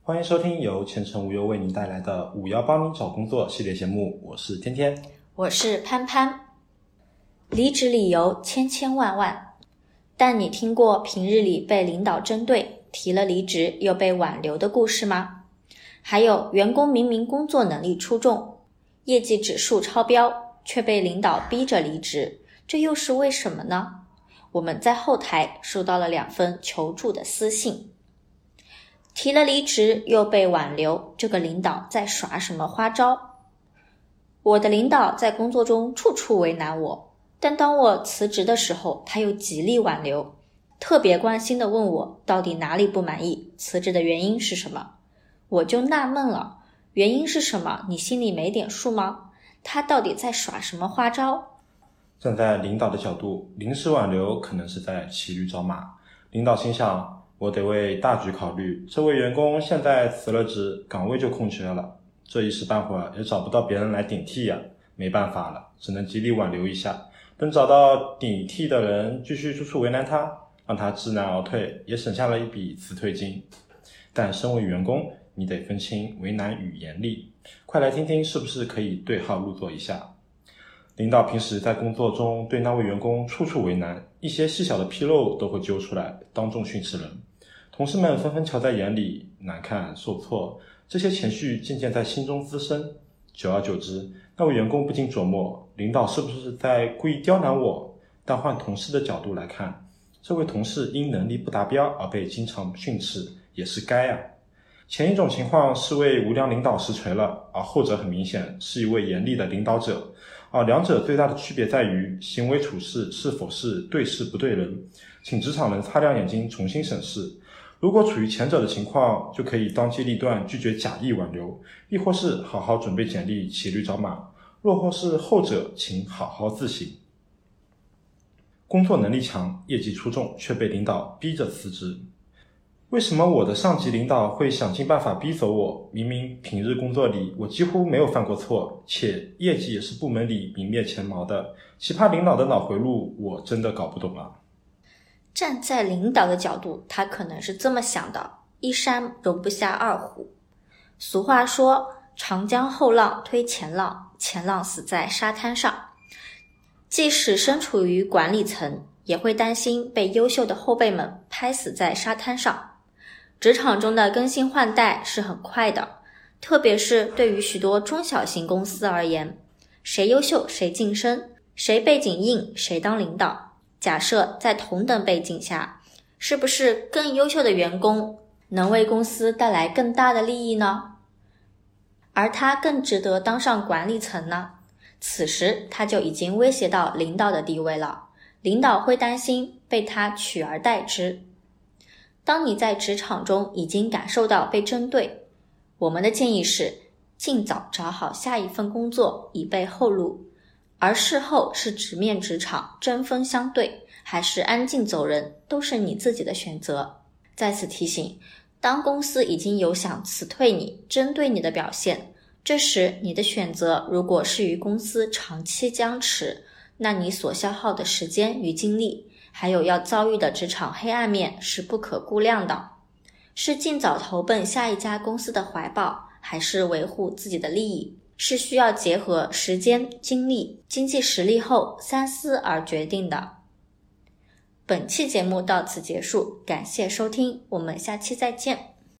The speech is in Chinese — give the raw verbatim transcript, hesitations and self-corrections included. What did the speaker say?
欢迎收听由前程无忧为您带来的五幺帮你找工作系列节目，我是天天， 我是潘潘。离职理由千千万万，但你听过平日里被领导针对，提了离职又被挽留的故事吗？还有员工明明工作能力出众，业绩指数超标，却被领导逼着离职，这又是为什么呢？我们在后台收到了两封求助的私信。提了离职又被挽留，这个领导在耍什么花招？我的领导在工作中处处为难我，但当我辞职的时候，他又极力挽留，特别关心地问我到底哪里不满意，辞职的原因是什么。我就纳闷了，原因是什么？你心里没点数吗？他到底在耍什么花招？ 站在领导的角度，临时挽留可能是在骑驴找马。领导心想，我得为大局考虑，这位员工现在辞了职，岗位就空缺了，这一时半会儿也找不到别人来顶替呀，没办法了，只能极力挽留一下，等找到顶替的人继续处处为难他，让他知难而退，也省下了一笔辞退金。但身为员工，你得分清为难与严厉，快来听听是不是可以对号入座一下。领导平时在工作中对那位员工处处为难，一些细小的纰漏都会揪出来，当众训斥人。同事们纷纷瞧在眼里，难看受挫，这些情绪渐渐在心中滋生。久而久之，那位员工不禁琢磨，领导是不是在故意刁难我？但换同事的角度来看，这位同事因能力不达标而被经常训斥，也是该啊。前一种情况是为无良领导实锤了，而后者很明显是一位严厉的领导者，而两者最大的区别在于行为处事是否是对事不对人，请职场人擦亮眼睛重新审视。如果处于前者的情况，就可以当机立断拒绝假意挽留，亦或是好好准备简历骑驴找马，若或是后者，请好好自省。工作能力强，业绩出众，却被领导逼着辞职。为什么我的上级领导会想尽办法逼走我？明明平日工作里我几乎没有犯过错，且业绩也是部门里名列前茅的，奇葩领导的脑回路我真的搞不懂啊。 站在领导的角度，他可能是这么想的，一山容不下二虎。俗话说，长江后浪推前浪，前浪死在沙滩上。即使身处于管理层，也会担心被优秀的后辈们拍死在沙滩上。职场中的更新换代是很快的，特别是对于许多中小型公司而言，谁优秀谁晋升，谁背景硬谁当领导。假设在同等背景下，是不是更优秀的员工能为公司带来更大的利益呢？而他更值得当上管理层呢？此时他就已经威胁到领导的地位了，领导会担心被他取而代之。当你在职场中已经感受到被针对，我们的建议是尽早找好下一份工作，以备后路。而事后是直面职场针锋相对，还是安静走人，都是你自己的选择。再次提醒，当公司已经有想辞退你、针对你的表现，这时你的选择如果是与公司长期僵持，那你所消耗的时间与精力，还有要遭遇的职场黑暗面是不可估量的。是尽早投奔下一家公司的怀抱，还是维护自己的利益，是需要结合时间、精力、经济实力后三思而决定的。本期节目到此结束，感谢收听，我们下期再见。